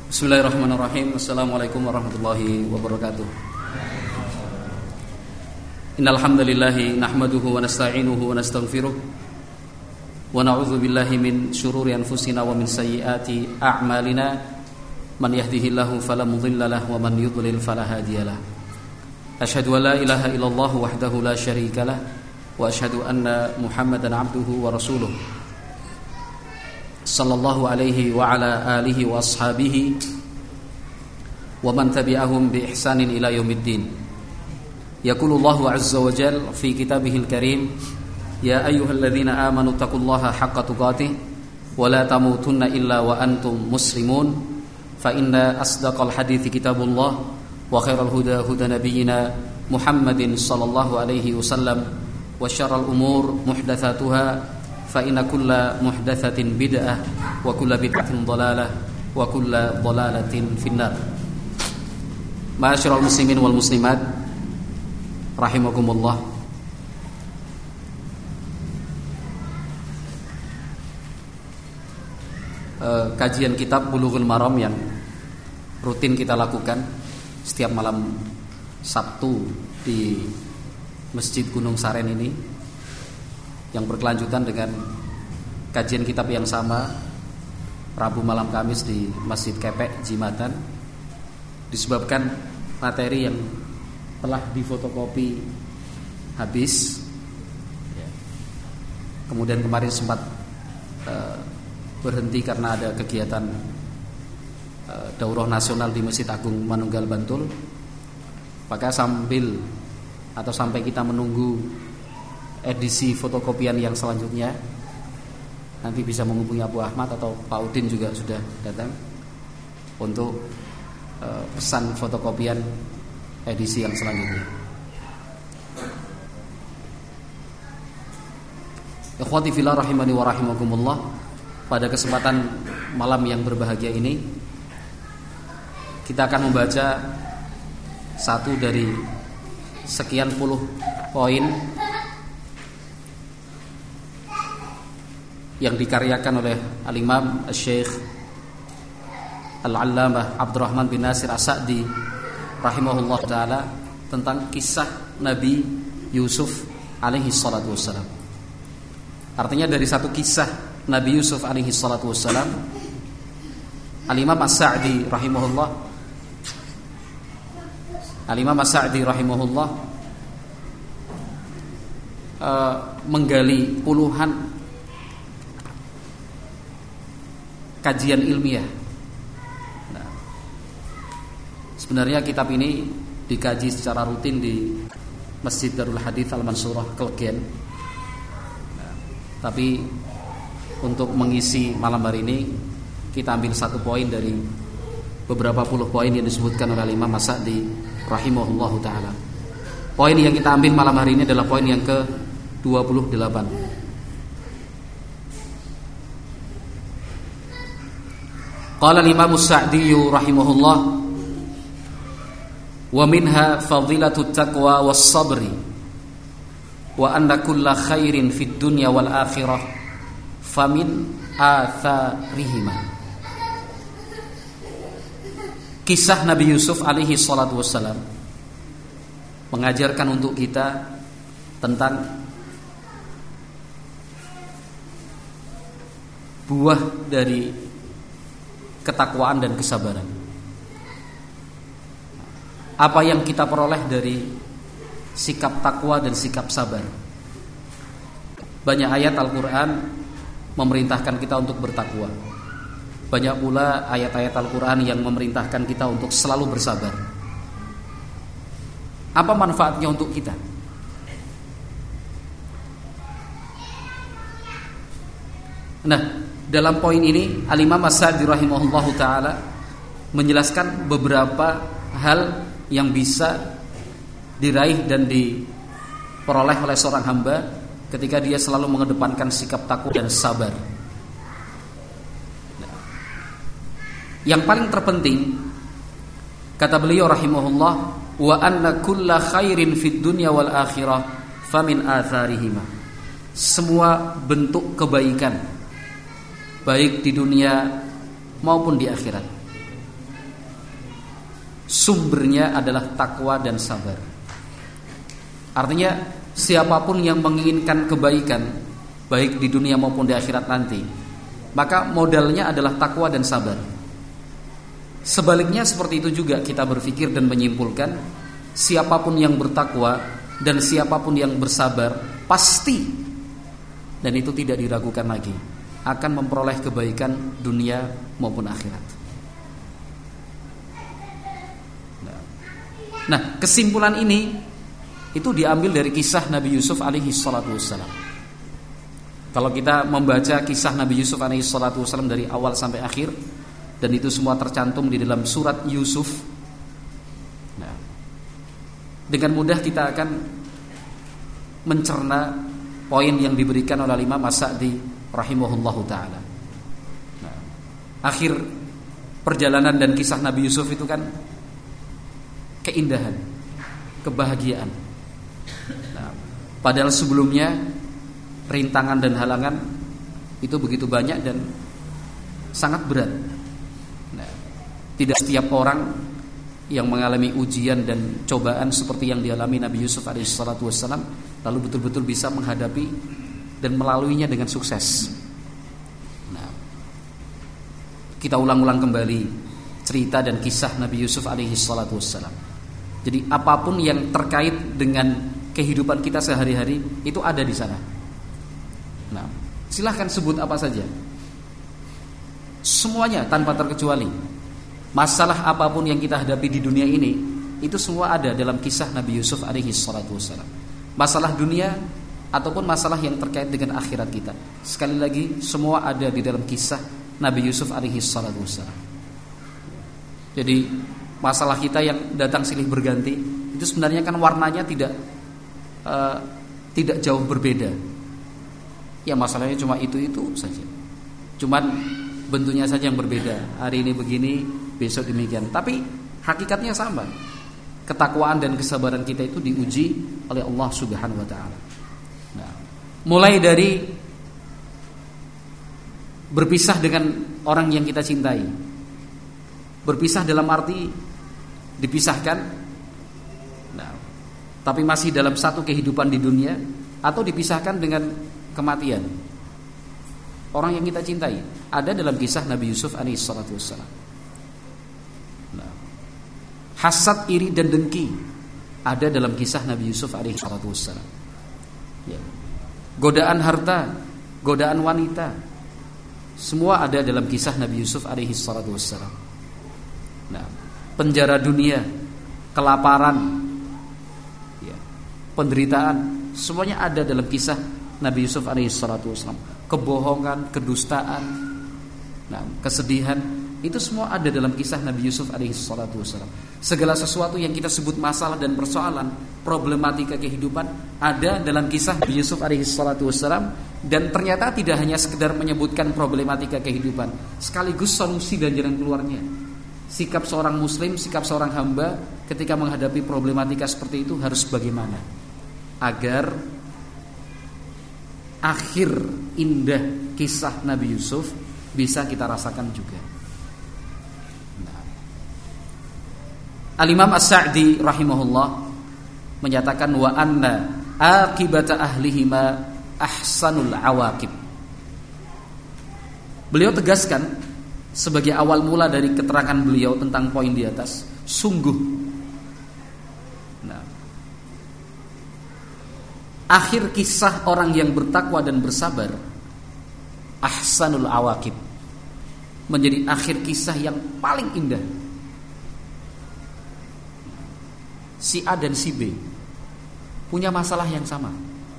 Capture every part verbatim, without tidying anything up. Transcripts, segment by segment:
Bismillahirrahmanirrahim. Assalamualaikum warahmatullahi wabarakatuh. Innal hamdalillahi nahmaduhu wa nasta'inuhu wa nastaghfiruh wa na'udzu billahi min shururi anfusina wa min sayyiati a'malina. Man yahdihillahu fala mudilla lahu wa man yudlil fala hadiyalah. Asyhadu an la ilaha illallah wahdahu la syarika lah wa asyhadu anna Muhammadan abduhu wa rasuluh. Sallallahu alaihi wa ala alihi wa ashabihi wa man tabi'ahum bi ihsanin ila yaumiddin. Yaqulullahu azza wa jalla fi kitabihil karim, ya ayyuhalladzina amanu taqullaha haqqa tuqatih wa la tamutunna illa wa antum muslimun. Fa inna asdaqal hadithi kitabullah wa khairal huda huda nabiyyina Muhammadin sallallahu alaihi wasallam wa syarral umur muhdatsatuha fa inna kulla muhdatsatin bid'ah wa kulla bid'atin dhalalah wa kulla dhalalatin finnar. Ma'asyiral muslimin wal muslimat rahimakumullah. Uh, kajian kitab Bulughul Maram yang rutin kita lakukan setiap malam Sabtu di Masjid Gunung Saren ini, yang berkelanjutan dengan kajian kitab yang sama Rabu malam Kamis di Masjid Kepek Jimatan, disebabkan materi yang telah difotokopi habis. Kemudian kemarin sempat uh, berhenti karena ada kegiatan uh, daurah nasional di Masjid Agung Manunggal Bantul. Maka sambil atau sampai kita menunggu edisi fotokopian yang selanjutnya, nanti bisa menghubungi Abu Ahmad atau Pak Udin juga sudah datang untuk uh, pesan fotokopian edisi yang selanjutnya. Ikhwati fillah rahimani wa rahimakumullah. Pada kesempatan malam yang berbahagia ini, kita akan membaca satu dari sekian puluh poin yang dikaryakan oleh Al-Imam Al-Syekh Al-Allamah Abdurrahman bin Nasir As-Sa'di rahimahullah ta'ala tentang kisah Nabi Yusuf alaihi salatu wassalam. Artinya dari satu kisah Nabi Yusuf alaihi salatu wassalam, Al-Imam As-Sa'di rahimahullah Al-Imam As-Sa'di rahimahullah uh, menggali puluhan kajian ilmiah. Nah, sebenarnya kitab ini dikaji secara rutin di Masjid Darul Hadits Al-Mansurah Klegen. Nah, tapi untuk mengisi malam hari ini kita ambil satu poin dari beberapa puluh poin yang disebutkan oleh Imam As-Sa'di rahimahullahu taala. Poin yang kita ambil malam hari ini adalah poin yang ke dua puluh delapan. Qala al-Imam As-Sa'di rahimahullah, wa minha fadilatut taqwa was-sabri wa anna kulla khairin fid dunya wal akhirah famin atharihima. Kisah Nabi Yusuf alaihi salatu wassalam mengajarkan untuk kita tentang buah dari ketakwaan dan kesabaran. Apa yang kita peroleh dari sikap takwa dan sikap sabar. Banyak ayat Al-Quran memerintahkan kita untuk bertakwa. Banyak pula ayat-ayat Al-Quran yang memerintahkan kita untuk selalu bersabar. Apa manfaatnya untuk kita? Nah, dalam poin ini Al-Imam As-Sa'di rahimahullahu ta'ala menjelaskan beberapa hal yang bisa diraih dan diperoleh oleh seorang hamba ketika dia selalu mengedepankan sikap takwa dan sabar. Yang paling terpenting, kata beliau rahimahullah, wa anna kulla khairin fid dunya wal akhirah famin atharihima. Semua bentuk kebaikan baik di dunia maupun di akhirat sumbernya adalah takwa dan sabar. Artinya siapapun yang menginginkan kebaikan baik di dunia maupun di akhirat nanti, maka modalnya adalah takwa dan sabar. Sebaliknya seperti itu juga kita berpikir dan menyimpulkan, siapapun yang bertakwa dan siapapun yang bersabar pasti, dan itu tidak diragukan lagi, akan memperoleh kebaikan dunia maupun akhirat. Nah, kesimpulan ini itu diambil dari kisah Nabi Yusuf alaihi salatu wassalam. Kalau kita membaca kisah Nabi Yusuf alaihi salatu wassalam dari awal sampai akhir, dan itu semua tercantum di dalam surat Yusuf, nah, dengan mudah kita akan mencerna poin yang diberikan oleh Imam As-Sa'di rahimahullahu ta'ala. Nah, akhir perjalanan dan kisah Nabi Yusuf itu kan keindahan, kebahagiaan. Nah, padahal sebelumnya rintangan dan halangan itu begitu banyak dan sangat berat. Nah, tidak setiap orang yang mengalami ujian dan cobaan seperti yang dialami Nabi Yusuf alaihissalatu wassalam lalu betul-betul bisa menghadapi dan melaluinya dengan sukses. Nah, kita ulang-ulang kembali cerita dan kisah Nabi Yusuf alaihissalatu wassalam. Jadi apapun yang terkait dengan kehidupan kita sehari-hari itu ada di sana. Nah, silahkan sebut apa saja, semuanya tanpa terkecuali. Masalah apapun yang kita hadapi di dunia ini, itu semua ada dalam kisah Nabi Yusuf alaihi salatu wassalam. Masalah dunia ataupun masalah yang terkait dengan akhirat kita, sekali lagi semua ada di dalam kisah Nabi Yusuf alaihi salatu wassalam. Jadi masalah kita yang datang silih berganti itu sebenarnya kan warnanya tidak uh, tidak jauh berbeda. Ya, masalahnya cuma itu-itu saja. Cuman bentuknya saja yang berbeda. Hari ini begini, besok demikian. Tapi hakikatnya sama. Ketakwaan dan kesabaran kita itu diuji oleh Allah Subhanahu wa taala. Nah, mulai dari berpisah dengan orang yang kita cintai. Berpisah dalam arti dipisahkan. Nah, tapi masih dalam satu kehidupan di dunia, atau dipisahkan dengan kematian. Orang yang kita cintai ada dalam kisah Nabi Yusuf alaihi salatu wassalam. Nah, hasad, iri dan dengki ada dalam kisah Nabi Yusuf alaihi salatu wassalam. Ya. Godaan harta, godaan wanita, semua ada dalam kisah Nabi Yusuf alaihi salatu wassalam. Nah, penjara dunia, kelaparan, ya, penderitaan, semuanya ada dalam kisah Nabi Yusuf alaihi salatu wassalam. Kebohongan, kedustaan, nah, kesedihan, itu semua ada dalam kisah Nabi Yusuf alaihi salatu wassalam. Segala sesuatu yang kita sebut masalah dan persoalan, problematika kehidupan, ada dalam kisah Nabi Yusuf alaihi salatu wassalam. Dan ternyata tidak hanya sekedar menyebutkan problematika kehidupan, sekaligus solusi dan jalan keluarnya. Sikap seorang muslim, sikap seorang hamba ketika menghadapi problematika seperti itu harus bagaimana agar akhir indah kisah Nabi Yusuf bisa kita rasakan juga. Nah, Al-Imam As-Sa'di rahimahullah menyatakan wa anna aqibata ahlihima ahsanul awaqib. Beliau tegaskan sebagai awal mula dari keterangan beliau tentang poin di atas, sungguh, nah, akhir kisah orang yang bertakwa dan bersabar ahsanul awaqib, menjadi akhir kisah yang paling indah. Si A dan si B punya masalah yang sama.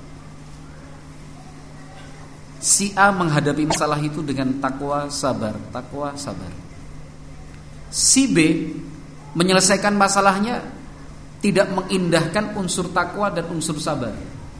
Si A menghadapi masalah itu dengan takwa sabar, takwa sabar. Si B menyelesaikan masalahnya tidak mengindahkan unsur takwa dan unsur sabar.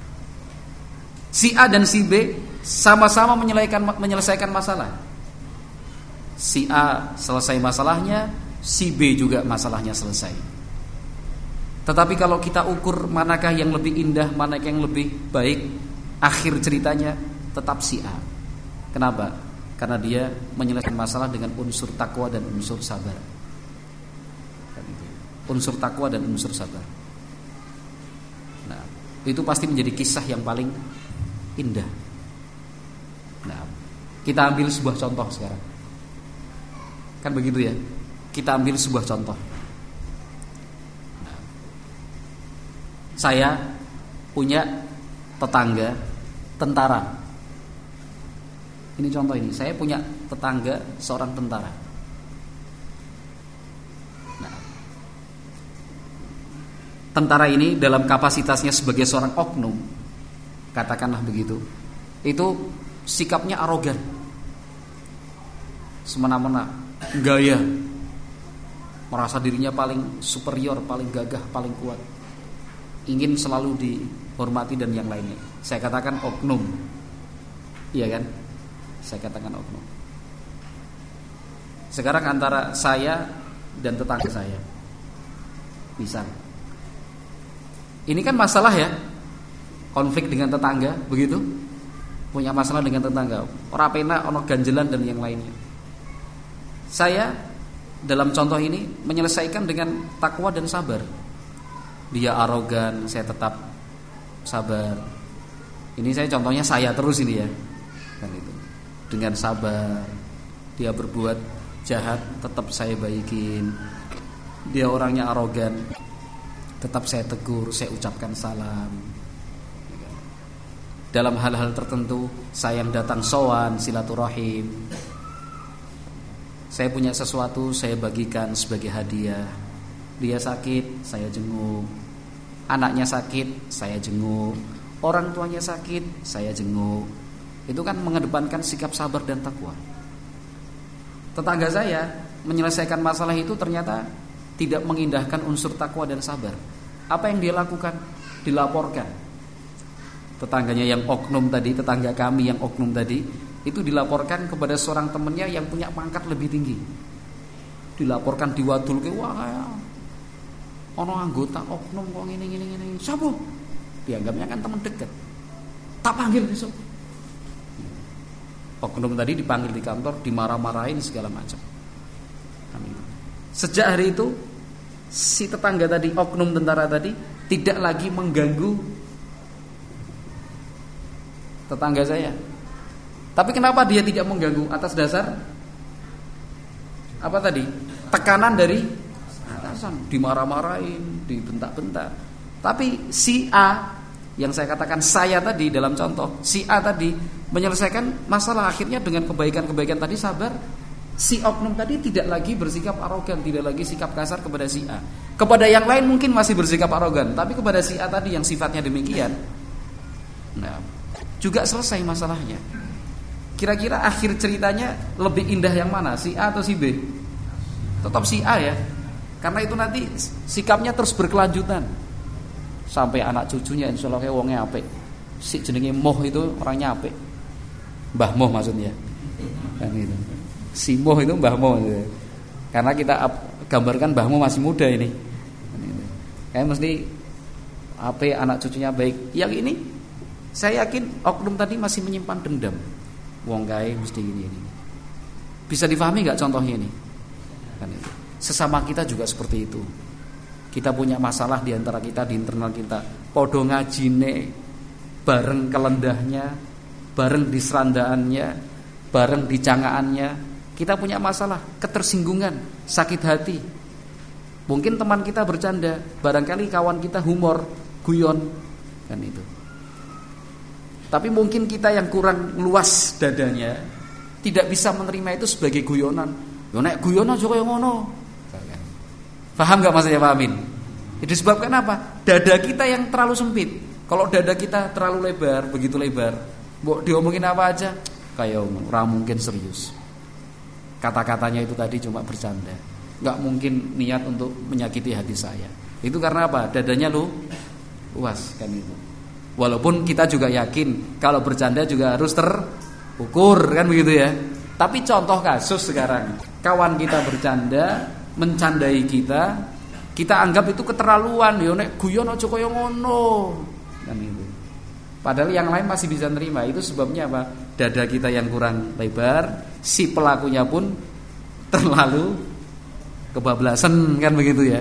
Si A dan si B sama-sama menyelesaikan menyelesaikan masalah. Si A selesai masalahnya, si B juga masalahnya selesai. Tetapi kalau kita ukur manakah yang lebih indah, manakah yang lebih baik, akhir ceritanya tetap si A. Kenapa? Karena dia menyelesaikan masalah dengan unsur takwa dan unsur sabar. unsur takwa dan unsur sabar. Nah, itu pasti menjadi kisah yang paling indah. Nah, kita ambil sebuah contoh sekarang. Kan begitu ya. Kita ambil sebuah contoh. Nah, saya punya tetangga tentara. Ini contoh ini. Saya punya tetangga seorang tentara. Nah, tentara ini dalam kapasitasnya sebagai seorang oknum, katakanlah begitu, itu sikapnya arogan, semena-mena, gaya, merasa dirinya paling superior, paling gagah, paling kuat, ingin selalu dihormati dan yang lainnya. Saya katakan oknum, iya kan? Saya katakan oknum. Sekarang antara saya dan tetangga saya, misal, ini kan masalah ya, konflik dengan tetangga, begitu, punya masalah dengan tetangga, ora penak, ono ganjelan dan yang lainnya. Saya dalam contoh ini menyelesaikan dengan takwa dan sabar. Dia arogan, saya tetap sabar. Ini saya contohnya saya terus ini ya, kan itu. Dengan sabar, dia berbuat jahat, tetap saya baikin. Dia orangnya arogan, tetap saya tegur, saya ucapkan salam. Dalam hal-hal tertentu, saya yang datang sowan, silaturahim. Saya punya sesuatu, saya bagikan sebagai hadiah. Dia sakit, saya jenguk. Anaknya sakit, saya jenguk. Orang tuanya sakit, saya jenguk. Itu kan mengedepankan sikap sabar dan takwa. Tetangga saya menyelesaikan masalah itu ternyata tidak mengindahkan unsur takwa dan sabar. Apa yang dia lakukan? Dilaporkan. Tetangganya yang oknum tadi, tetangga kami yang oknum tadi, itu dilaporkan kepada seorang temannya yang punya pangkat lebih tinggi. Dilaporkan, diwadulke, wah, ono anggota oknum kok ngene ngene ngene. Siapa? Dianggapnya kan teman dekat. Tak panggil besok. Oknum tadi dipanggil di kantor, dimarah-marahin segala macam. Sejak hari itu si tetangga tadi, oknum tentara tadi, tidak lagi mengganggu tetangga saya. Tapi kenapa dia tidak mengganggu? Atas dasar apa tadi? Tekanan dari atasan, dimarah-marahin, dibentak-bentak. Tapi si A yang saya katakan saya tadi dalam contoh, si A tadi menyelesaikan masalah akhirnya dengan kebaikan-kebaikan tadi, sabar. Si oknum tadi tidak lagi bersikap arogan, tidak lagi sikap kasar kepada si A. Kepada yang lain mungkin masih bersikap arogan, tapi kepada si A tadi yang sifatnya demikian, nah, juga selesai masalahnya. Kira-kira akhir ceritanya lebih indah yang mana, si A atau si B? Tetap si A ya, karena itu nanti sikapnya terus berkelanjutan sampai anak cucunya insya Allah wongnya apik. Si jenenge Moh itu orangnya apik, Mbah Moh maksudnya, kan itu. Si Moh itu Mbah Moh gitu. Karena kita gambarkan Mbah Moh masih muda ini, kayak mesti apik, anak cucunya baik. Yang ini saya yakin oknum tadi masih menyimpan dendam. Wong kae mesti gini ini. Bisa difahami enggak contohnya ini? Kan itu. Sesama kita juga seperti itu. Kita punya masalah di antara kita, di internal kita. Podo ngajine bareng kelendahnya, bareng diserandaannya, bareng dicangaannya. Kita punya masalah, ketersinggungan, sakit hati. Mungkin teman kita bercanda, barangkali kawan kita humor, guyon, kan itu. Tapi mungkin kita yang kurang luas dadanya tidak bisa menerima itu sebagai guyonan. Yo nek guyonan aja kaya ngono. Paham enggak maksudnya, Pak Amin? Itu disebabkan apa? Dada kita yang terlalu sempit. Kalau dada kita terlalu lebar, begitu lebar, mbok diomongin apa aja kayak ora mungkin serius. Kata-katanya itu tadi cuma bercanda. Enggak mungkin niat untuk menyakiti hati saya. Itu karena apa? Dadanya lu luas kan itu. Walaupun kita juga yakin kalau bercanda juga harus terukur kan begitu ya. Tapi contoh kasus sekarang, kawan kita bercanda, mencandai kita, kita anggap itu keterlaluan. Yo nek guyon aja kaya ngono. Kan itu. Padahal yang lain masih bisa nerima. Itu sebabnya apa? Dada kita yang kurang lebar, si pelakunya pun terlalu kebablasan kan begitu ya.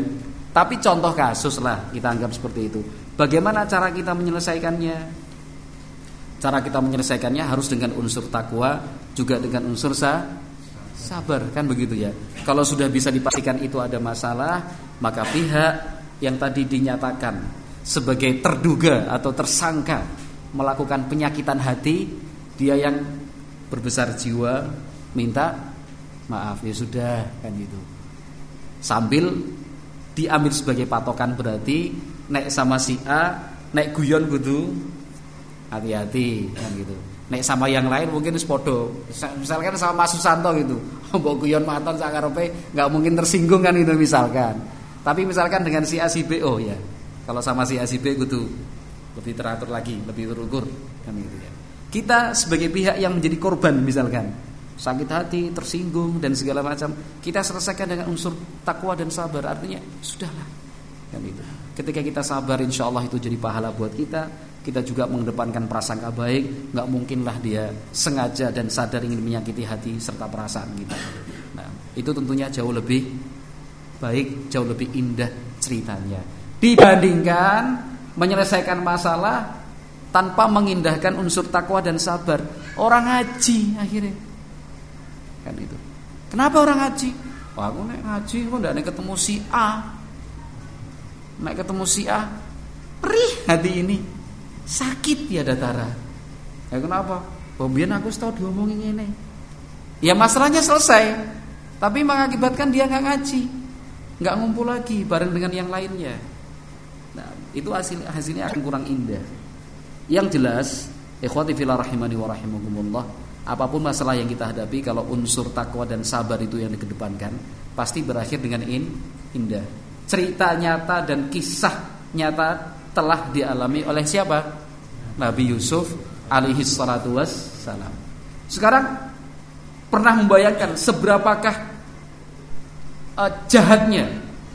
Tapi contoh kasus lah kita anggap seperti itu. Bagaimana cara kita menyelesaikannya? Cara kita menyelesaikannya harus dengan unsur takwa, juga dengan unsur sa sabar, kan begitu ya. Kalau sudah bisa dipastikan itu ada masalah, maka pihak yang tadi dinyatakan sebagai terduga atau tersangka melakukan penyakitan hati, dia yang berbesar jiwa minta maaf, ya sudah, kan gitu. Sambil diambil sebagai patokan, berarti nek sama si A, nek guyon kudu hati-hati, kan gitu. Nek sama yang lain mungkin wis padha. Misalkan sama Mas Susanto gitu. Mbok guyon maton sak karepe enggak mungkin tersinggung kan itu misalkan. Tapi misalkan dengan si A si B, oh ya. Kalau sama si A si B kudu lebih teratur lagi, lebih terukur, kan gitu ya. Kita sebagai pihak yang menjadi korban misalkan sakit hati, tersinggung dan segala macam, kita selesaikan dengan unsur takwa dan sabar. Artinya sudahlah, kan itu. Ketika kita sabar, insya Allah itu jadi pahala buat kita. Kita juga mengedepankan prasangka baik. Nggak mungkinlah dia sengaja dan sadar ingin menyakiti hati serta perasaan kita. Nah, itu tentunya jauh lebih baik, jauh lebih indah ceritanya dibandingkan menyelesaikan masalah tanpa mengindahkan unsur takwa dan sabar. Orang ngaji akhirnya, kan itu. Kenapa orang ngaji? Wah, aku nek ngaji kok ndak nek ketemu si A. Nek ketemu si A, perih hati ini. Sakit ya datara. Ya kenapa? Pembian aku tahu diomongin ini. Ya masalahnya selesai, tapi mengakibatkan dia nggak ngaji, nggak ngumpul lagi bareng dengan yang lainnya. Nah, itu hasil hasilnya akan kurang indah. Yang jelas, ikhwati fillah rahimani wa rahimakumullah, apapun masalah yang kita hadapi, kalau unsur takwa dan sabar itu yang dikedepankan, pasti berakhir dengan in, indah. Cerita nyata dan kisah nyata telah dialami oleh siapa? Nabi Yusuf alaihi salatu wassalam. Sekarang pernah membayangkan seberapakah uh, jahatnya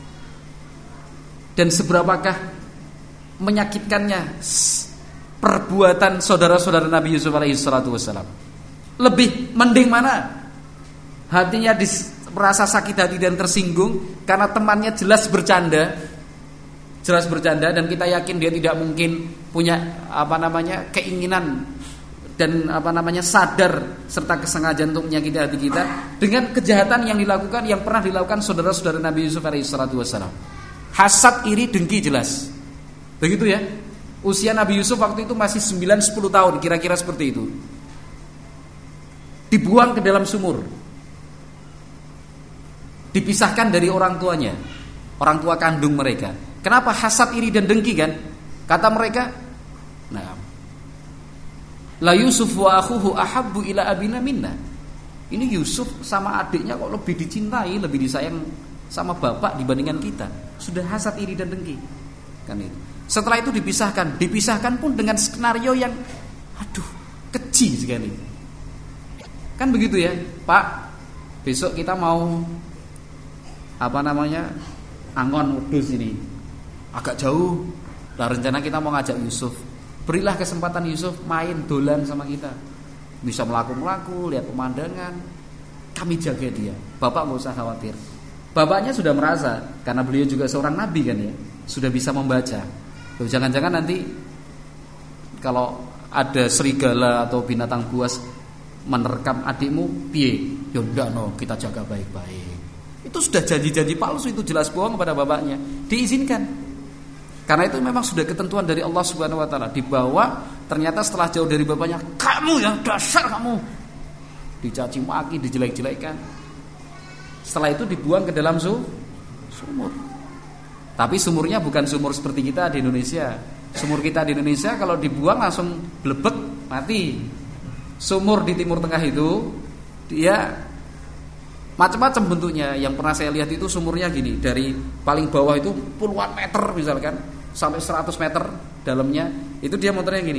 dan seberapakah menyakitkannya perbuatan saudara-saudara Nabi Yusuf alaihi salatu wassalam? Lebih mending mana? Hatinya dis, merasa sakit hati dan tersinggung karena temannya jelas bercanda. Jelas bercanda dan kita yakin dia tidak mungkin punya apa namanya keinginan dan apa namanya sadar serta kesengajaan untuk menyakiti hati kita dengan kejahatan yang dilakukan, yang pernah dilakukan saudara-saudara Nabi Yusuf alaihi salatu wassalam. Hasad, iri, dengki jelas. Begitu ya. Usia Nabi Yusuf waktu itu masih sembilan sepuluh tahun, kira-kira seperti itu. Dibuang ke dalam sumur. Dipisahkan dari orang tuanya, orang tua kandung mereka. Kenapa? Hasad, iri dan dengki kan? Kata mereka, nah, la Yusuf wa akhuhu ahabbu ila abina minna. Ini Yusuf sama adiknya kok lebih dicintai, lebih disayang sama bapak dibandingkan kita. Sudah hasad, iri dan dengki. Kan itu. Setelah itu dipisahkan, dipisahkan pun dengan skenario yang aduh, keji sekali. Kan begitu ya, Pak. Besok kita mau apa namanya? Angon wedhus ini. Agak jauh. Lah rencana kita mau ngajak Yusuf. Berilah kesempatan Yusuf main dolan sama kita. Bisa melaku-melaku, lihat pemandangan. Kami jaga dia. Bapak enggak usah khawatir. Bapaknya sudah merasa karena beliau juga seorang nabi kan ya. Sudah bisa membaca. Loh, jangan-jangan nanti kalau ada serigala atau binatang buas menerkam adikmu, piye? Ya ndak no, kita jaga baik-baik. Itu sudah janji-janji palsu, itu jelas bohong kepada bapaknya. Diizinkan. Karena itu memang sudah ketentuan dari Allah Subhanahu wa taala. Dibawa, ternyata setelah jauh dari bapaknya, kamu yang dasar kamu. Dicaci maki, dijelek-jelekan. Setelah itu dibuang ke dalam sumur. Tapi sumurnya bukan sumur seperti kita di Indonesia. Sumur kita di Indonesia kalau dibuang langsung blebek, mati. Sumur di Timur Tengah itu dia macam-macam bentuknya. Yang pernah saya lihat itu sumurnya gini, dari paling bawah itu puluhan meter misalkan sampai seratus meter dalamnya. Itu dia motornya gini.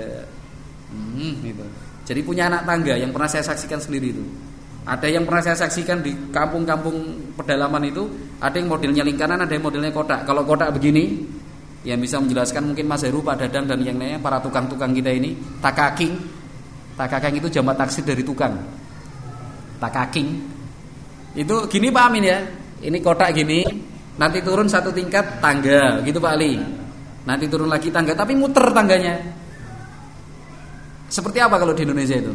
Hmm, gitu. Jadi punya anak tangga yang pernah saya saksikan sendiri itu. Ada yang pernah saya saksikan di kampung-kampung pedalaman itu, ada yang modelnya lingkaran, ada yang modelnya kotak. Kalau kotak begini, yang bisa menjelaskan mungkin Mas Heru, Pak Dadang dan yang lainnya, para tukang-tukang kita ini, takaking. Takaking itu jamak taksir dari tukang. Takaking. Itu gini Pak Amin ya. Ini kotak gini, Nanti turun satu tingkat tangga, gitu Pak Ali. Nanti turun lagi tangga, tapi muter tangganya. Seperti apa kalau di Indonesia itu?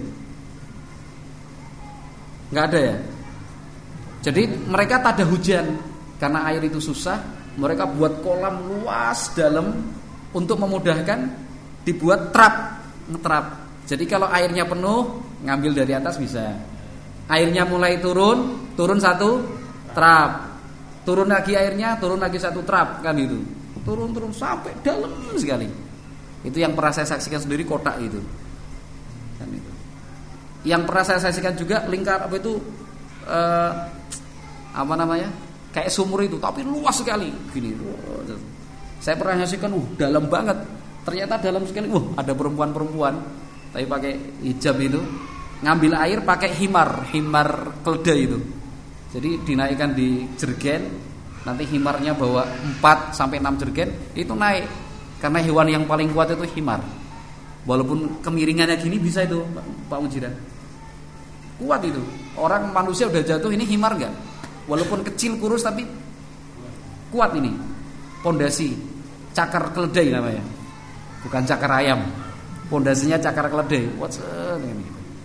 Nggak ada ya. Jadi mereka tak ada hujan karena air itu susah. Mereka buat kolam luas dalam untuk memudahkan, dibuat trap, ngetrap. Jadi kalau airnya penuh, ngambil dari atas bisa. Airnya mulai turun, turun satu trap. Turun lagi airnya, turun lagi satu trap, kan itu. Turun-turun sampai dalam sekali. Itu yang pernah saya saksikan sendiri, kotak itu. Kan itu. Yang pernah saya saksikan juga lingkar apa itu eh, apa namanya? Kayak sumur itu, tapi luas sekali gini. Saya pernah saksikan, uh, dalam banget. Ternyata dalam sekali. Uh, ada perempuan-perempuan tapi pakai hijab itu, ngambil air pakai himar, himar keledai itu. Jadi dinaikkan di jergen. Nanti himarnya bawa empat sampai enam jergen, itu naik. Karena hewan yang paling kuat itu himar. Walaupun kemiringannya gini bisa itu Pak Mujiran. Kuat itu. Orang manusia udah jatuh, ini himar enggak? Walaupun kecil kurus tapi kuat ini. Pondasi cakar keledai namanya. Bukan cakar ayam. Pondasinya cakar keledai. What's ini?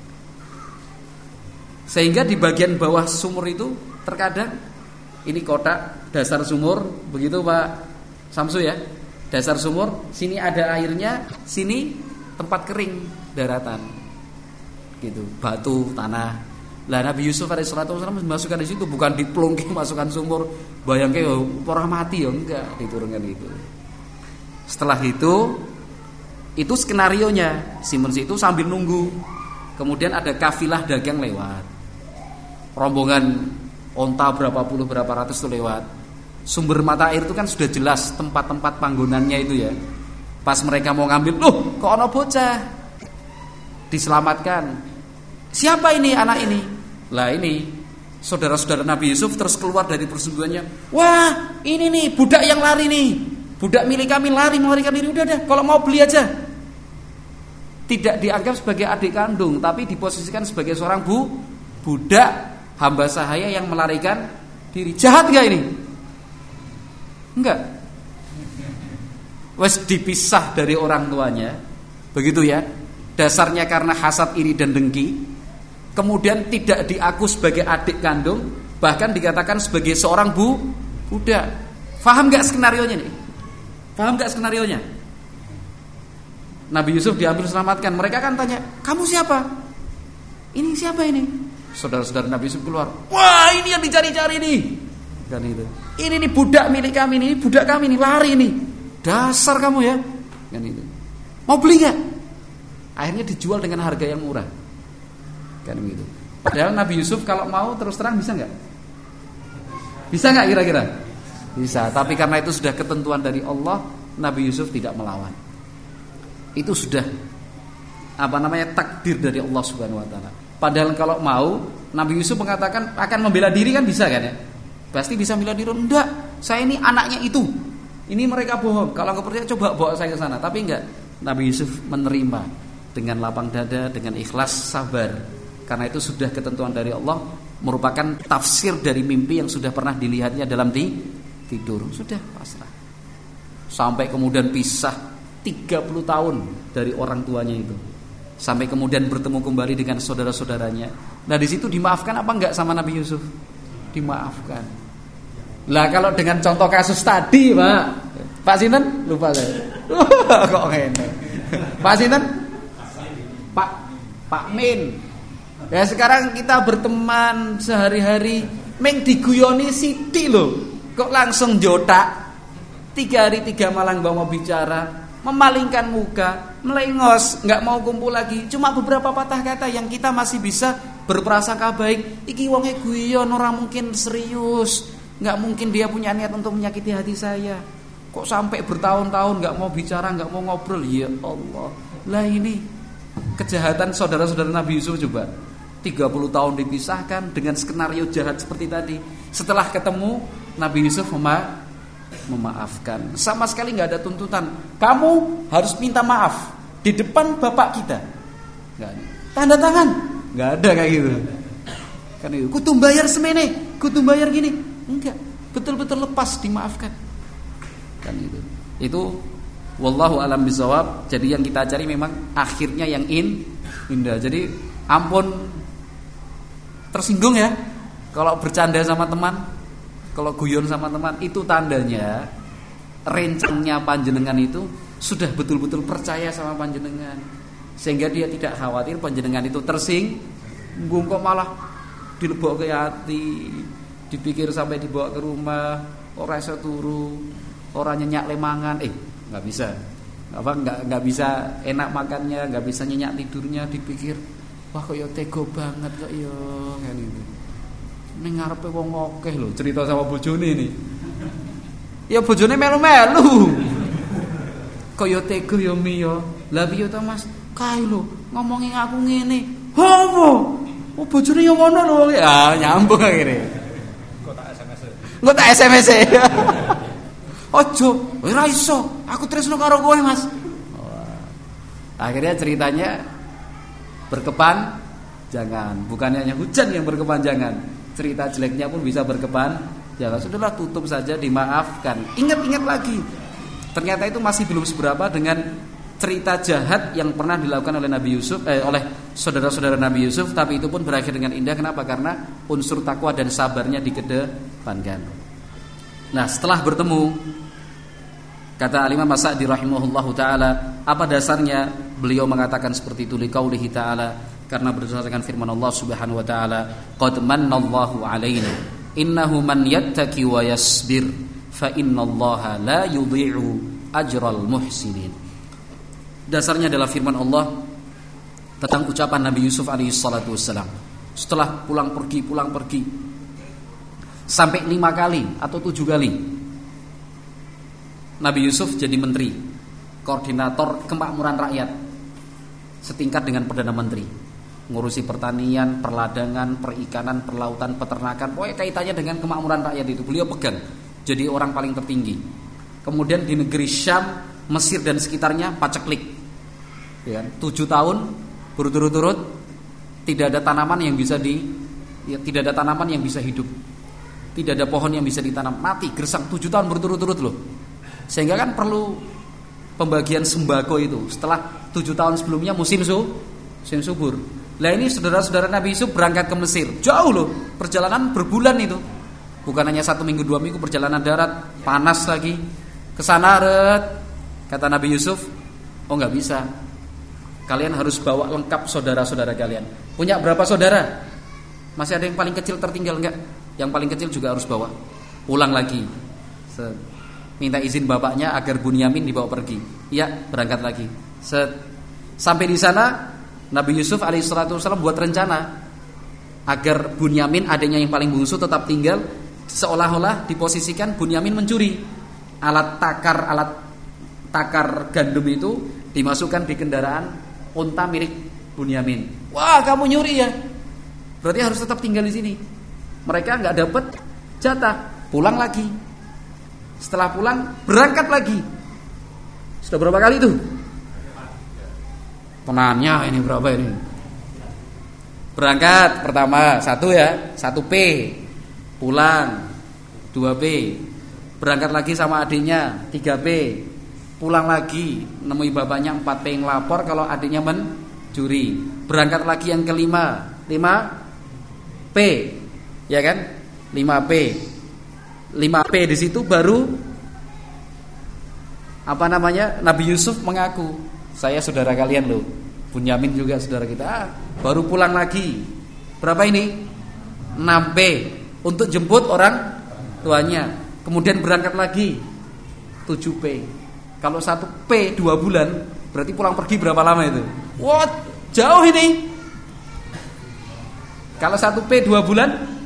Sehingga di bagian bawah sumur itu terkadang ini kotak dasar sumur, begitu Pak Samsu ya. Dasar sumur, sini ada airnya, sini tempat kering, daratan. Gitu, batu, tanah. Lah Nabi Yusuf alaihi salatu wasallam masukkan di situ, bukan diplungking masukkan sumur, bayangke yo orang mati ya, enggak, diturunkan itu. Setelah itu itu skenarionya, Simons itu sambil nunggu. Kemudian ada kafilah dagang lewat. Rombongan onta berapa puluh berapa ratus itu lewat. Sumber mata air itu kan sudah jelas tempat-tempat panggonannya itu ya. Pas mereka mau ngambil, loh kok ono bocah. Diselamatkan. Siapa ini anak ini? Lah ini saudara-saudara Nabi Yusuf terus keluar dari persembunyiannya. Wah ini nih budak yang lari nih. Budak milik kami lari melarikan diri. Udah deh kalau mau beli aja. Tidak dianggap sebagai adik kandung, tapi diposisikan sebagai seorang bu budak hamba sahaya yang melarikan diri. Jahat gak ini? Enggak. Wes dipisah dari orang tuanya. Begitu ya. Dasarnya karena hasad, iri dan dengki. Kemudian tidak diaku sebagai adik kandung, bahkan dikatakan sebagai seorang bu budak. Paham gak skenarionya nih? Paham gak skenarionya? Nabi Yusuf diambil selamatkan. Mereka kan tanya, kamu siapa? Ini siapa ini? Saudara-saudara Nabi Yusuf keluar. Wah ini yang dicari-cari nih. Kan itu. Ini nih budak milik kami nih, budak kami nih lari nih. Dasar kamu ya. Kan itu. Mau beli nggak? Akhirnya dijual dengan harga yang murah. Kan begitu. Padahal Nabi Yusuf kalau mau terus terang bisa nggak? Bisa nggak kira-kira? Bisa. Tapi karena itu sudah ketentuan dari Allah, Nabi Yusuf tidak melawan. Itu sudah apa namanya takdir dari Allah Subhanahu Wa Taala. Padahal kalau mau Nabi Yusuf mengatakan akan membela diri kan bisa kan ya? Pasti bisa membela diri. Enggak, saya ini anaknya itu. Ini mereka bohong. Kalau nggak percaya coba bawa saya ke sana. Tapi enggak. Nabi Yusuf menerima dengan lapang dada, dengan ikhlas, sabar. Karena itu sudah ketentuan dari Allah, merupakan tafsir dari mimpi yang sudah pernah dilihatnya dalam tidur. Sudah pasrah. Sampai kemudian pisah tiga puluh tahun dari orang tuanya itu. Sampai kemudian bertemu kembali dengan saudara-saudaranya. Nah di situ dimaafkan apa enggak sama Nabi Yusuf? Dimaafkan. Lah kalau dengan contoh kasus tadi, Pak, Pak Sinten lupa saya. Kok ngene? Pak Sinten? Pak Pak Min. Ya sekarang kita berteman sehari-hari, meng diguyoni Siti loh. Kok langsung jotak? Tiga hari tiga malam gak mau bicara, memalingkan muka, melengos, nggak mau kumpul lagi. Cuma beberapa patah kata yang kita masih bisa berprasangka baik. Iki wonge guyon, orang mungkin serius, nggak mungkin dia punya niat untuk menyakiti hati saya. Kok sampai bertahun-tahun nggak mau bicara, nggak mau ngobrol? Ya Allah, lah ini kejahatan saudara-saudara Nabi Yusuf coba. tiga puluh tahun dipisahkan dengan skenario jahat seperti tadi. Setelah ketemu, Nabi Yusuf mema memaafkan. Sama sekali nggak ada tuntutan. Kamu harus minta maaf di depan bapak kita. Nggak ada. Tanda tangan. Nggak ada kayak gitu. Kan itu. Kudu bayar semene, kudu bayar gini. Enggak. betul-betul lepas, dimaafkan. Kan itu. Itu wallahu alam bisawab. Jadi yang kita cari memang akhirnya yang in indah. Jadi ampun tersinggung ya kalau bercanda sama teman, kalau guyon sama teman, itu tandanya rencangnya panjenengan itu sudah betul-betul percaya sama panjenengan, sehingga dia tidak khawatir panjenengan itu tersinggung, kok malah dilebok ke hati, dipikir sampai dibawa ke rumah, ora iso turu, ora nyenyak lemangan, eh nggak bisa, apa nggak nggak bisa enak makannya, nggak bisa nyenyak tidurnya, dipikir wah kok yo tego banget kok yo kan itu. Ning ngarepe wong akeh lho cerita sama bojone ini. Ya bojone melu-melu. Kok yo tego yo mi yo. Lah piye to Mas? Kae lho ngomongin aku ngene. Homo. Oh bojone yo ngono lho. Ah nyambung akhire. Kok tak S M S. Kok tak S M S. Ojo, ora iso. Aku tresno karo kowe, Mas. Akhirnya ceritanya berkepan jangan, bukannya hanya hujan yang berkepanjangan, cerita jeleknya pun bisa berkepan jangan. Sudahlah, tutup saja, dimaafkan. Ingat-ingat lagi, ternyata itu masih belum seberapa dengan cerita jahat yang pernah dilakukan oleh Nabi Yusuf, eh, oleh saudara-saudara Nabi Yusuf, tapi itu pun berakhir dengan indah. Kenapa? Karena unsur takwa dan sabarnya dikedepankan. Nah, setelah bertemu, kata Al-Imam As-Sa'di rahimahullahu taala, apa dasarnya beliau mengatakan seperti itu? Liqaulihi ta'ala, karena berdasarkan firman Allah Subhanahu wa taala, qad mannallahu 'alaina innahu man yattaqi wa yasbir fa innallaha la yudhi'u ajral muhsinin. Dasarnya adalah firman Allah tentang ucapan Nabi Yusuf alaihi salatu wassalam. Setelah pulang pergi pulang pergi sampai lima kali atau tujuh kali Nabi Yusuf jadi menteri, koordinator kemakmuran rakyat, setingkat dengan Perdana Menteri, ngurusi pertanian, perladangan, perikanan, perlautan, peternakan, pokoknya kaitannya dengan kemakmuran rakyat itu beliau pegang, jadi orang paling tertinggi. Kemudian di negeri Syam, Mesir dan sekitarnya paceklik, ya, tujuh tahun berturut-turut tidak ada tanaman yang bisa di, ya, tidak ada tanaman yang bisa hidup, tidak ada pohon yang bisa ditanam, mati gersang tujuh tahun berturut-turut loh. Sehingga kan perlu pembagian sembako itu. Setelah tujuh tahun sebelumnya musim su, musim subur. Lah ini saudara-saudara Nabi Yusuf berangkat ke Mesir, jauh loh, perjalanan berbulan itu. Bukan hanya satu minggu dua minggu perjalanan darat, panas lagi. Kesana ret, kata Nabi Yusuf, oh nggak bisa. Kalian harus bawa lengkap saudara-saudara kalian. Punya berapa saudara? Masih ada yang paling kecil tertinggal enggak? Yang paling kecil juga harus bawa. Pulang lagi. Set. Minta izin bapaknya agar Bunyamin dibawa pergi. Ya, berangkat lagi. Set. Sampai di sana Nabi Yusuf alaihissalatu wassalam buat rencana agar Bunyamin, adanya yang paling bungsu, tetap tinggal. Seolah-olah diposisikan Bunyamin mencuri alat takar alat takar gandum itu, dimasukkan di kendaraan unta milik Bunyamin. Wah, kamu nyuri ya? Berarti harus tetap tinggal di sini. Mereka nggak dapat jatah, pulang lagi. Setelah pulang berangkat lagi. Sudah berapa kali itu? Penanya ini berapa ini? Berangkat pertama satu ya, satu P. Pulang dua P. Berangkat lagi sama adiknya tiga P. Pulang lagi nemui bapaknya empat P yang lapor kalau adiknya mencuri. Berangkat lagi yang kelima lima P. Ya kan? lima P. lima P di situ baru apa namanya? Nabi Yusuf mengaku, saya saudara kalian loh. Bunyamin juga saudara kita. Ah, baru pulang lagi. Berapa ini? enam P untuk jemput orang tuanya. Kemudian berangkat lagi tujuh P. Kalau satu P dua bulan, berarti pulang pergi berapa lama itu? Wah, jauh ini. Kalau satu P dua bulan,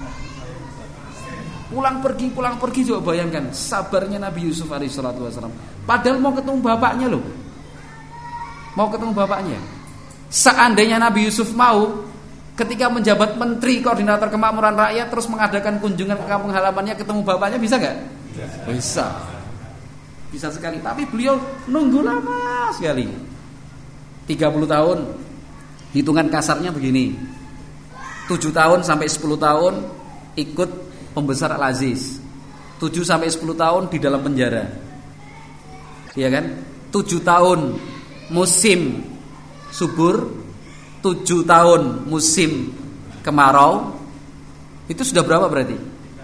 pulang pergi, pulang pergi, coba bayangkan sabarnya Nabi Yusuf alaihissalatu wassalam. Padahal mau ketemu bapaknya loh, mau ketemu bapaknya. Seandainya Nabi Yusuf mau, ketika menjabat menteri koordinator kemakmuran rakyat, terus mengadakan kunjungan ke kampung halamannya, ketemu bapaknya, bisa nggak? Bisa, bisa sekali. Tapi beliau nunggu lama sekali, tiga puluh tahun. Hitungan kasarnya begini, tujuh tahun sampai sepuluh tahun ikut pembesar Al-Aziz, tujuh sampai sepuluh tahun di dalam penjara. Iya kan? tujuh tahun musim subur, tujuh tahun musim kemarau. Itu sudah berapa berarti?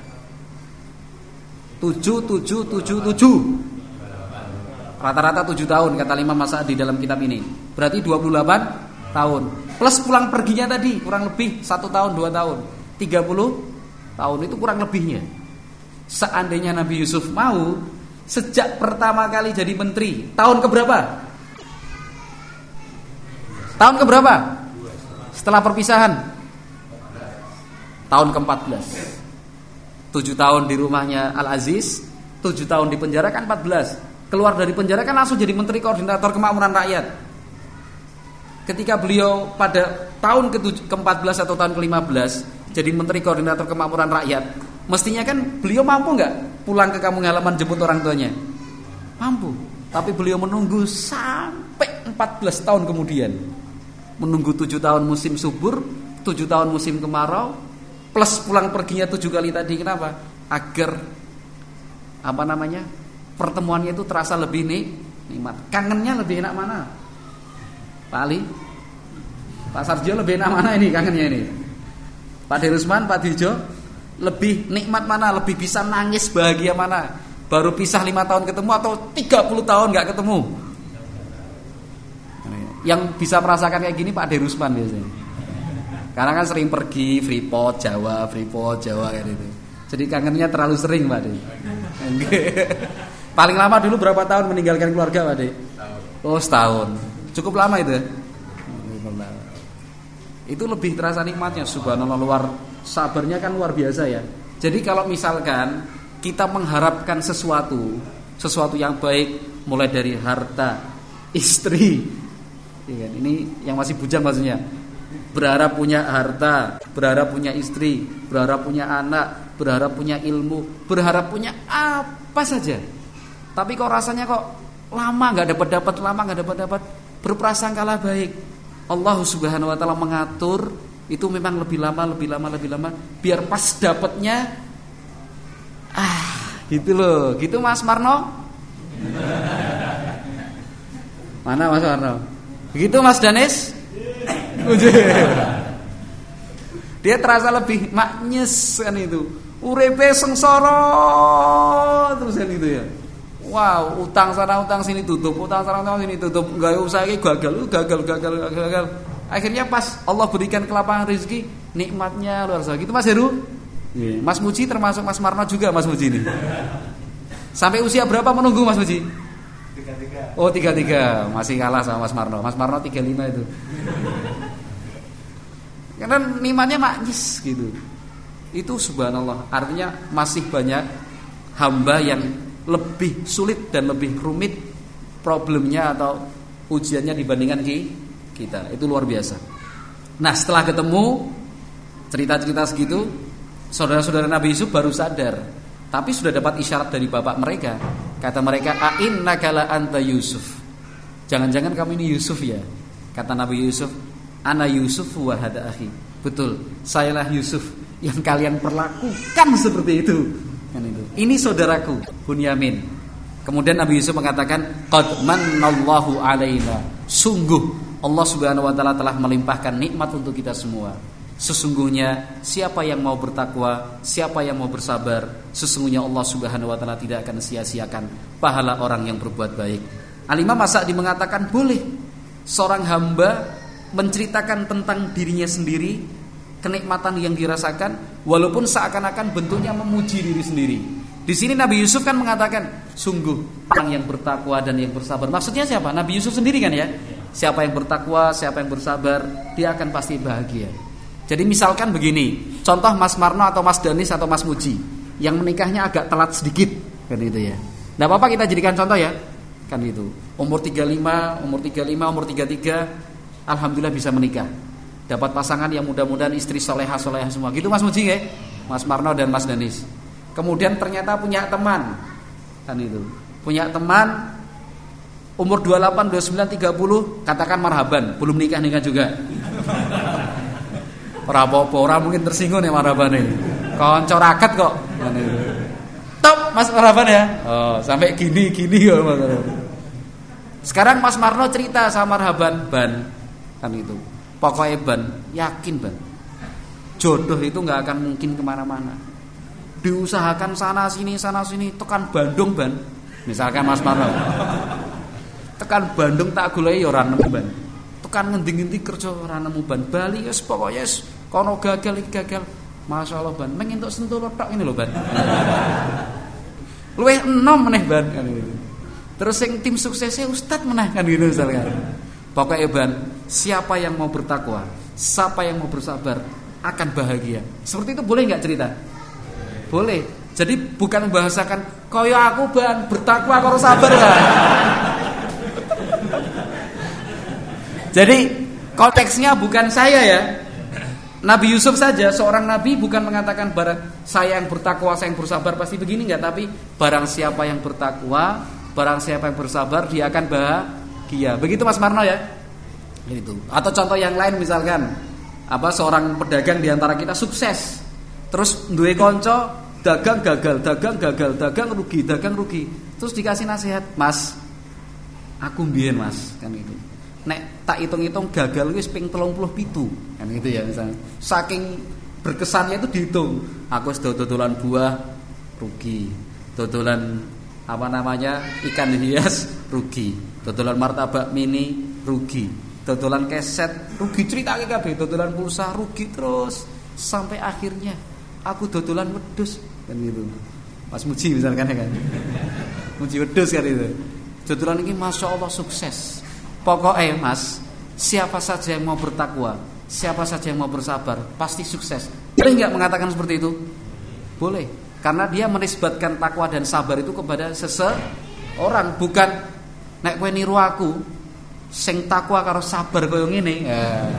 tujuh, tujuh, tujuh, tujuh. Rata-rata tujuh tahun kata Imam As-Sa'di dalam kitab ini. Berarti dua puluh delapan tahun. Plus pulang perginya tadi kurang lebih satu tahun, dua tahun, tiga puluh tahun itu kurang lebihnya. Seandainya Nabi Yusuf mau sejak pertama kali jadi menteri, tahun keberapa? Tahun keberapa? Setelah perpisahan? Tahun keempat belas. tujuh tahun di rumahnya Al-Aziz, tujuh tahun di penjara kan empat belas. Keluar dari penjara kan langsung jadi Menteri Koordinator Kemakmuran Rakyat. Ketika beliau pada tahun ke empat belas atau tahun ke lima belas jadi Menteri Koordinator Kemakmuran Rakyat, mestinya kan beliau mampu nggak pulang ke kampung halaman jemput orang tuanya? Mampu. Tapi beliau menunggu sampai empat belas tahun kemudian. Menunggu tujuh tahun musim subur, tujuh tahun musim kemarau, plus pulang perginya tujuh kali tadi. Kenapa? Agar apa namanya, pertemuannya itu terasa lebih nih, nikmat. Kangennya lebih enak mana? Pak Ali, Pak Sarjo lebih enak mana ini kangennya ini? Pak Derusman, Pak Dijo, lebih nikmat mana? Lebih bisa nangis bahagia mana? Baru pisah lima tahun ketemu atau tiga puluh tahun gak ketemu? Yang bisa merasakan kayak gini Pak Derusman biasanya. Karena kan sering pergi Freeport Jawa, Freeport Jawa kayak gitu. Jadi kangennya terlalu sering Pak De. Paling lama dulu berapa tahun meninggalkan keluarga Pak De? Oh setahun. Cukup lama itu. Itu lebih terasa nikmatnya. Subhanallah, luar sabarnya kan luar biasa ya. Jadi kalau misalkan kita mengharapkan sesuatu, sesuatu yang baik, mulai dari harta, istri, ya kan? Ini yang masih bujang maksudnya. Berharap punya harta, berharap punya istri, berharap punya anak, berharap punya ilmu, berharap punya apa saja. Tapi kok rasanya kok lama nggak dapat dapat, lama nggak dapat dapat, berprasangkalah baik. Allah Subhanahu Wa Taala mengatur itu memang lebih lama, lebih lama, lebih lama, biar pas dapatnya, ah, gitu loh, gitu Mas Marno. Mana Mas Marno? Gitu Mas Danis? Dia terasa lebih maknyes kan itu. Urepe sengsara terus kan itu ya. Wow, utang sana utang sini tutup, utang sana utang sini tutup, enggak usah iki gagal, gagal, gagal, gagal, gagal. Akhirnya pas Allah berikan kelapangan rezeki, nikmatnya luar biasa. Gitu Mas Heru? Yeah. Mas Muji termasuk Mas Marno juga Mas Muji ini. Sampai usia berapa menunggu Mas Muji? tiga puluh tiga. Oh, tiga puluh tiga, masih kalah sama Mas Marno. Mas Marno tiga puluh lima itu. Karena nikmatnya maknyes gitu. Itu subhanallah. Artinya masih banyak hamba yang lebih sulit dan lebih rumit problemnya atau ujiannya dibandingkan kita. Itu luar biasa. Nah, setelah ketemu cerita-cerita segitu, saudara-saudara Nabi Yusuf baru sadar. Tapi sudah dapat isyarat dari bapak mereka. Kata mereka, "A'innaka la anta Yusuf." Jangan-jangan kamu ini Yusuf ya? Kata Nabi Yusuf, "Ana Yusuf wa hada akhi." Betul, sayalah Yusuf yang kalian perlakukan seperti itu. Kan itu. Ini saudaraku Bunyamin. Kemudian Nabi Yusuf mengatakan, "Qad mannallahu alaina." Sungguh Allah Subhanahu wa taala telah melimpahkan nikmat untuk kita semua. Sesungguhnya siapa yang mau bertakwa, siapa yang mau bersabar, sesungguhnya Allah Subhanahu wa taala tidak akan sia-siakan pahala orang yang berbuat baik. Al-Imam As-Sa'di mengatakan boleh seorang hamba menceritakan tentang dirinya sendiri, kenikmatan yang dirasakan, walaupun seakan-akan bentuknya memuji diri sendiri. Di sini Nabi Yusuf kan mengatakan, sungguh orang yang bertakwa dan yang bersabar. Maksudnya siapa? Nabi Yusuf sendiri kan ya. Siapa yang bertakwa, siapa yang bersabar, dia akan pasti bahagia. Jadi misalkan begini, contoh Mas Marno atau Mas Danis atau Mas Muji yang menikahnya agak telat sedikit, kan itu ya. Nggak apa-apa kita jadikan contoh ya, kan itu. Umur tiga puluh lima, umur tiga puluh lima, umur tiga puluh tiga, alhamdulillah bisa menikah. Dapat pasangan yang mudah-mudahan istri solehah-solehah semua. Gitu Mas Muji ya, Mas Marno dan Mas Danis. Kemudian ternyata punya teman, kan itu. Punya teman umur dua puluh delapan, dua puluh sembilan, tiga puluh, katakan marhaban, belum nikah-nikah juga. Ora apa-apa, ora mungkin tersinggung ya marhaban ini. Kanca raket kok. Top Mas Marhaban ya. Oh, sampai gini-gini ya Mas. Sekarang Mas Marno cerita sama Marhaban, Ban, kan itu. Pokoknya Ban, yakin Ban, jodoh itu nggak akan mungkin kemana-mana. Diusahakan sana sini sana sini, tekan Bandung Ban. Misalkan Mas Marno, tekan Bandung tak goleki ya ora nemu Ban. Tekan ngendi-ngendi kerja ora nemu Ban. Bali wis pokoknya wis kono gagal iki gagal. Masyaallah Ban, meng entuk sentuh tok ini lho Ban. Luwih enom meneh Ban kan gitu. Terus yang tim suksesnya Ustadz meneh kan gitu misalkan. Pokoknya Ban, siapa yang mau bertakwa, siapa yang mau bersabar akan bahagia. Seperti itu boleh enggak cerita? Boleh. Jadi bukan membahasakan kaya aku Ban, bertakwa karo sabar Ban. Jadi konteksnya bukan saya ya. Nabi Yusuf saja seorang nabi bukan mengatakan barang saya yang bertakwa, saya yang bersabar pasti begini enggak, tapi barang siapa yang bertakwa, barang siapa yang bersabar dia akan bahagia. Begitu Mas Marno ya. Itu. Atau contoh yang lain misalkan apa seorang pedagang di antara kita sukses. Terus duwe kanca dagang gagal, dagang gagal, dagang rugi, dagang rugi. Terus dikasih nasihat, "Mas, aku mbiyen Mas," kan itu. Nek tak hitung-hitung gagal wis ping telung puluh pitu kan gitu ya misalnya. Saking berkesannya itu dihitung. Aku wis dodolan buah rugi. Dodolan apa namanya? Ikan hias rugi. Dodolan martabak mini rugi. Dodolan keset rugi, ceritake kabeh. Dodolan pulsa rugi terus sampai akhirnya aku dodolan wedhus kan gitu. Mas Muji misalkan ya kan. Muji wedhus kan itu. Dodolan ini Masya Allah sukses. Pokoknya Mas, siapa saja yang mau bertakwa, siapa saja yang mau bersabar, pasti sukses. Boleh nggak mengatakan seperti itu? Boleh, karena dia menisbatkan takwa dan sabar itu kepada seseorang, bukan nek kowe niru aku, sing takwa karo sabar koyo ngene. Ya.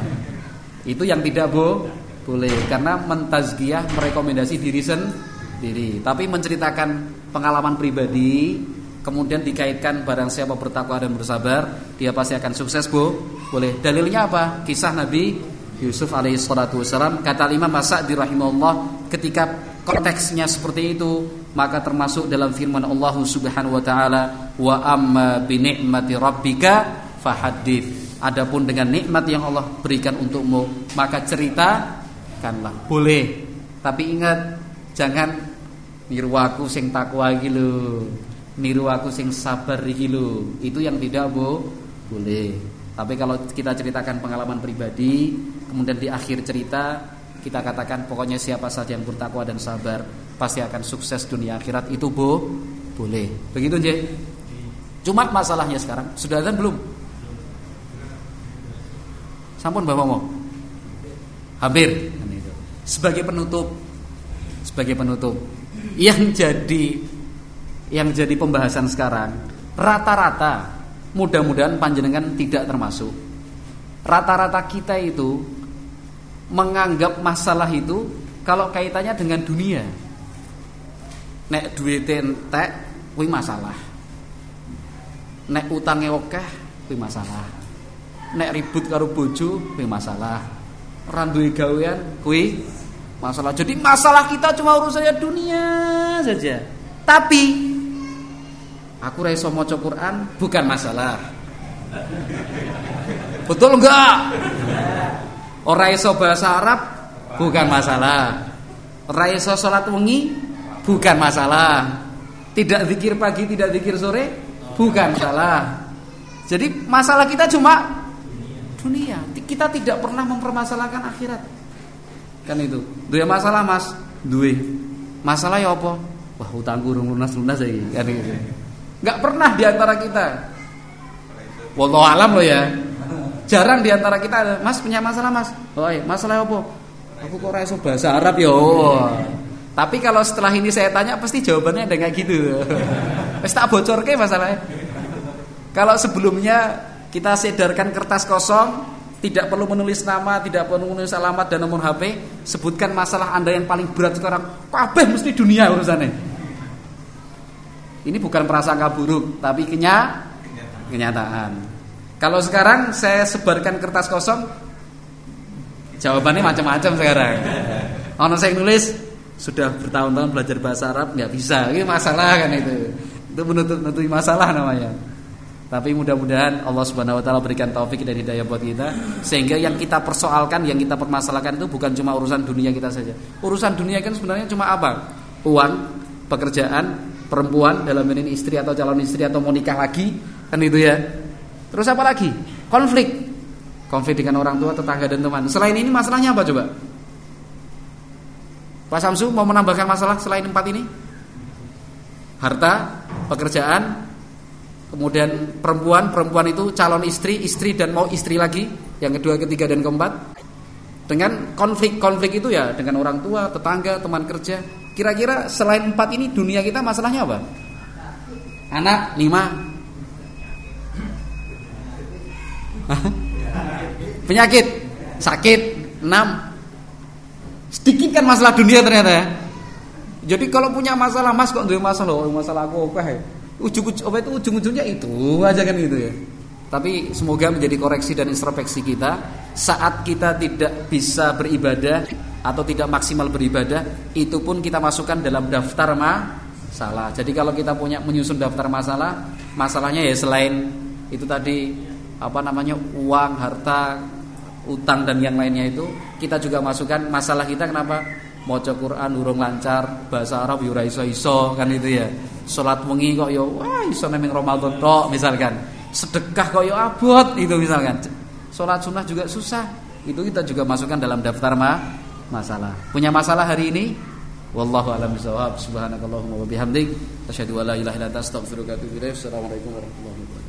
Itu yang tidak bo, boleh, karena mentazkiyah merekomendasi diri sendiri, tapi menceritakan pengalaman pribadi. Kemudian dikaitkan barang siapa bertakwa dan bersabar dia pasti akan sukses bu. Boleh. Dalilnya apa? Kisah Nabi Yusuf alaihi salatu wassalam. Kata Imam As-Sa'di rahimahullah, ketika konteksnya seperti itu maka termasuk dalam firman Allah subhanahu wa ta'ala, wa amma bi ni'mati rabbika fahaddits. Adapun dengan nikmat yang Allah berikan untukmu maka ceritakanlah. Boleh. Tapi ingat, jangan niru aku sing takwa iki lho, niru aku sing sabar iki lho. Itu yang tidak bo, boleh. Tapi kalau kita ceritakan pengalaman pribadi, kemudian di akhir cerita kita katakan pokoknya siapa saja yang bertakwa dan sabar pasti akan sukses dunia akhirat, itu bo, boleh. Begitu nggih. Cuma masalahnya sekarang sudah azan belum? Sampun Bapak mau? Hampir. Sebagai penutup, sebagai penutup yang jadi yang jadi pembahasan sekarang, rata-rata mudah-mudahan panjenengan tidak termasuk. Rata-rata kita itu menganggap masalah itu kalau kaitannya dengan dunia. Nek duit entek kuwi masalah. Nek utange akeh kuwi masalah. Nek ribut karo bojo kuwi masalah. Ora duwe gawean kuwi masalah. Jadi masalah kita cuma urusannya dunia saja. Tapi aku ra iso maca Quran bukan masalah. Betul enggak? Ora iso bahasa Arab bukan masalah. Ora iso salat wengi bukan masalah. Tidak zikir pagi, tidak zikir sore bukan masalah. Jadi masalah kita cuma dunia. Kita tidak pernah mempermasalahkan akhirat. Kan itu. Duwe masalah Mas, duwe. Masalah ya apa? Wah, utangku urung lunas-lunas iki. Kan gitu. Enggak pernah di antara kita. Wallahu alam loh ya. Jarang di antara kita ada, Mas punya masalah Mas. Oh, iya, masalah apa? Aku kok ora iso bahasa Arab ya. Oh. Tapi kalau setelah ini saya tanya pasti jawabannya ada kayak gitu. Wis tak bocorke masalahnya. Kalau sebelumnya kita sedarkan kertas kosong, tidak perlu menulis nama, tidak perlu menulis alamat dan nomor H P, sebutkan masalah Anda yang paling berat sekarang. Kabeh mesti dunia urusannya. Ini bukan prasangka buruk, tapi kenya, kenyataan. Kalau sekarang saya sebarkan kertas kosong, jawabannya macam-macam sekarang. Ono saya nulis sudah bertahun-tahun belajar bahasa Arab nggak bisa, ini masalah kan itu. Itu menutup-nutupi masalah namanya. Tapi mudah-mudahan Allah Subhanahu wa taala berikan taufik dan hidayah buat kita sehingga yang kita persoalkan, yang kita permasalahkan itu bukan cuma urusan dunia kita saja. Urusan dunia kan sebenarnya cuma apa? Uang, pekerjaan, perempuan dalam ini istri atau calon istri atau mau nikah lagi, kan itu ya. Terus apa lagi? Konflik. Konflik dengan orang tua, tetangga dan teman. Selain ini masalahnya apa coba? Pak Samsu mau menambahkan masalah selain empat ini? Harta, pekerjaan, kemudian perempuan, perempuan itu calon istri, istri dan mau istri lagi, yang kedua, ketiga dan keempat. Dengan konflik-konflik itu ya dengan orang tua, tetangga, teman kerja. Kira-kira selain empat ini dunia kita masalahnya apa? Anak lima. Penyakit, sakit enam. Sedikit kan masalah dunia ternyata ya. Jadi kalau punya masalah mas kok nduwe masalah, oh, masalah aku akeh. Ujung-ujung apa itu ujung-ujungnya itu aja kan gitu ya. Tapi semoga menjadi koreksi dan introspeksi kita saat kita tidak bisa beribadah atau tidak maksimal beribadah, itu pun kita masukkan dalam daftar masalah. Jadi kalau kita punya menyusun daftar masalah, masalahnya ya selain itu tadi apa namanya uang, harta, utang dan yang lainnya itu, kita juga masukkan masalah kita kenapa maca Quran urung lancar, bahasa Arab yo ora iso-iso kan itu ya. Salat wengi kok yo wah iso ning Ramadan tok misalkan. Sedekah kok yo abot itu misalkan. Salat sunnah juga susah. Itu kita juga masukkan dalam daftar ma masalah. Punya masalah hari ini? Wallahu a'lam bishawab. Subhanakallahumma wa bihamdik asyhadu an la ilaha illa anta astaghfiruka wa atubu ilaik. Assalamualaikum warahmatullahi wabarakatuh.